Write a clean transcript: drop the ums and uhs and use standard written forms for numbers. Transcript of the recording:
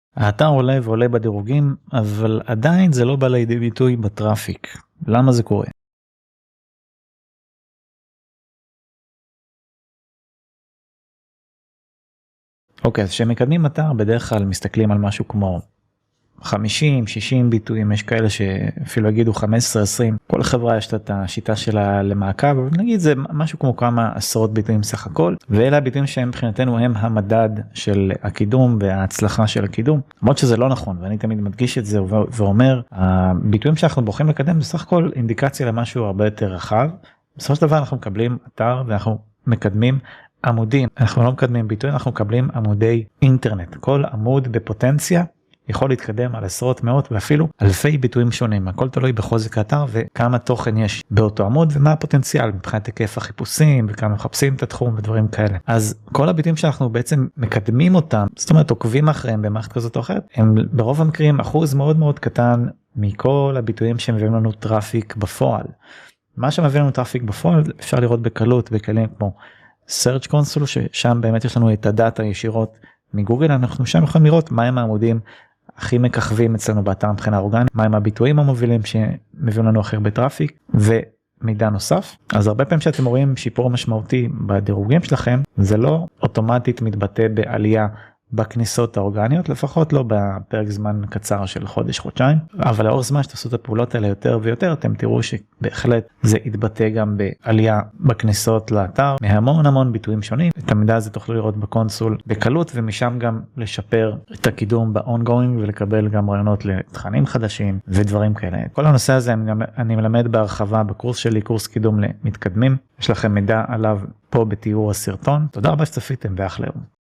האתר עולה ועולה בדירוגים, אבל עדיין זה לא בא לידי ביטוי בטראפיק. למה זה קורה? אוקיי, אז כשמקדמים אתר בדרך כלל מסתכלים על משהו כמו 50, 60 ביטויים, יש כאלה שאפילו יגידו 15, 20, כל חברה יש את השיטה שלה למעקב, אבל נגיד זה משהו כמו כמה עשרות ביטויים סך הכל, ואלה הביטויים שהם מבחינתנו הם המדד של הקידום וההצלחה של הקידום, למרות שזה לא נכון, ואני תמיד מדגיש את זה ואומר, הביטויים שאנחנו בוחרים לקדם זה סך הכל אינדיקציה למשהו הרבה יותר רחב, בסופו של דבר אנחנו מקבלים אתר ואנחנו מקדמים עמודים, אנחנו לא מקדמים ביטויים, אנחנו מקבלים עמודי אינטרנט, כל עמוד בפוטנציה, יכול להתקדם על עשרות מאות ואפילו אלפי ביטויים שונים, הכל תלוי בחוזק האתר וכמה תוכן יש באותו עמוד ומה הפוטנציאל מבחינת היקף החיפושים וכמה מחפשים את התחום ודברים כאלה. אז כל הביטויים שאנחנו בעצם מקדמים אותם, זאת אומרת עוקבים אחריהם במערכת כזאת או אחרת, הם ברוב המקרים אחוז מאוד מאוד קטן מכל הביטויים שמביאים לנו טראפיק בפועל. מה שמביא לנו טראפיק בפועל אפשר לראות בקלות בכלים כמו Search Console, ששם באמת יש לנו את הדאטה ישירות מגוגל, אנחנו שם יכולים לראות מהם העמודים הכי מככבים אצלנו באתר מבחינה אורגנית, מהם הביטויים המובילים שמביאים לנו הכי הרבה טראפיק ומידע נוסף. אז הרבה פעמים שאתם רואים שיפור משמעותי בדירוגים שלכם, זה לא אוטומטית מתבטא בעלייה בכניסות האורגניות, לפחות לא בפרק זמן קצר של חודש, חודשיים, אבל לאורך זמן שתעשו את הפעולות האלה יותר ויותר, אתם תראו שבהחלט זה יתבטא גם בעלייה בכניסות לאתר, מהמון ביטויים שונים. את המידע הזה תוכלו לראות בקונסול בקלות, ומשם גם לשפר את הקידום ב-ongoing, ולקבל גם רעיונות לתכנים חדשים ודברים כאלה. כל הנושא הזה אני מלמד בהרחבה בקורס שלי, קורס קידום למתקדמים, יש לכם מידע עליו פה בתיאור הסרטון. תודה רבה שצפיתם ואחלה יום.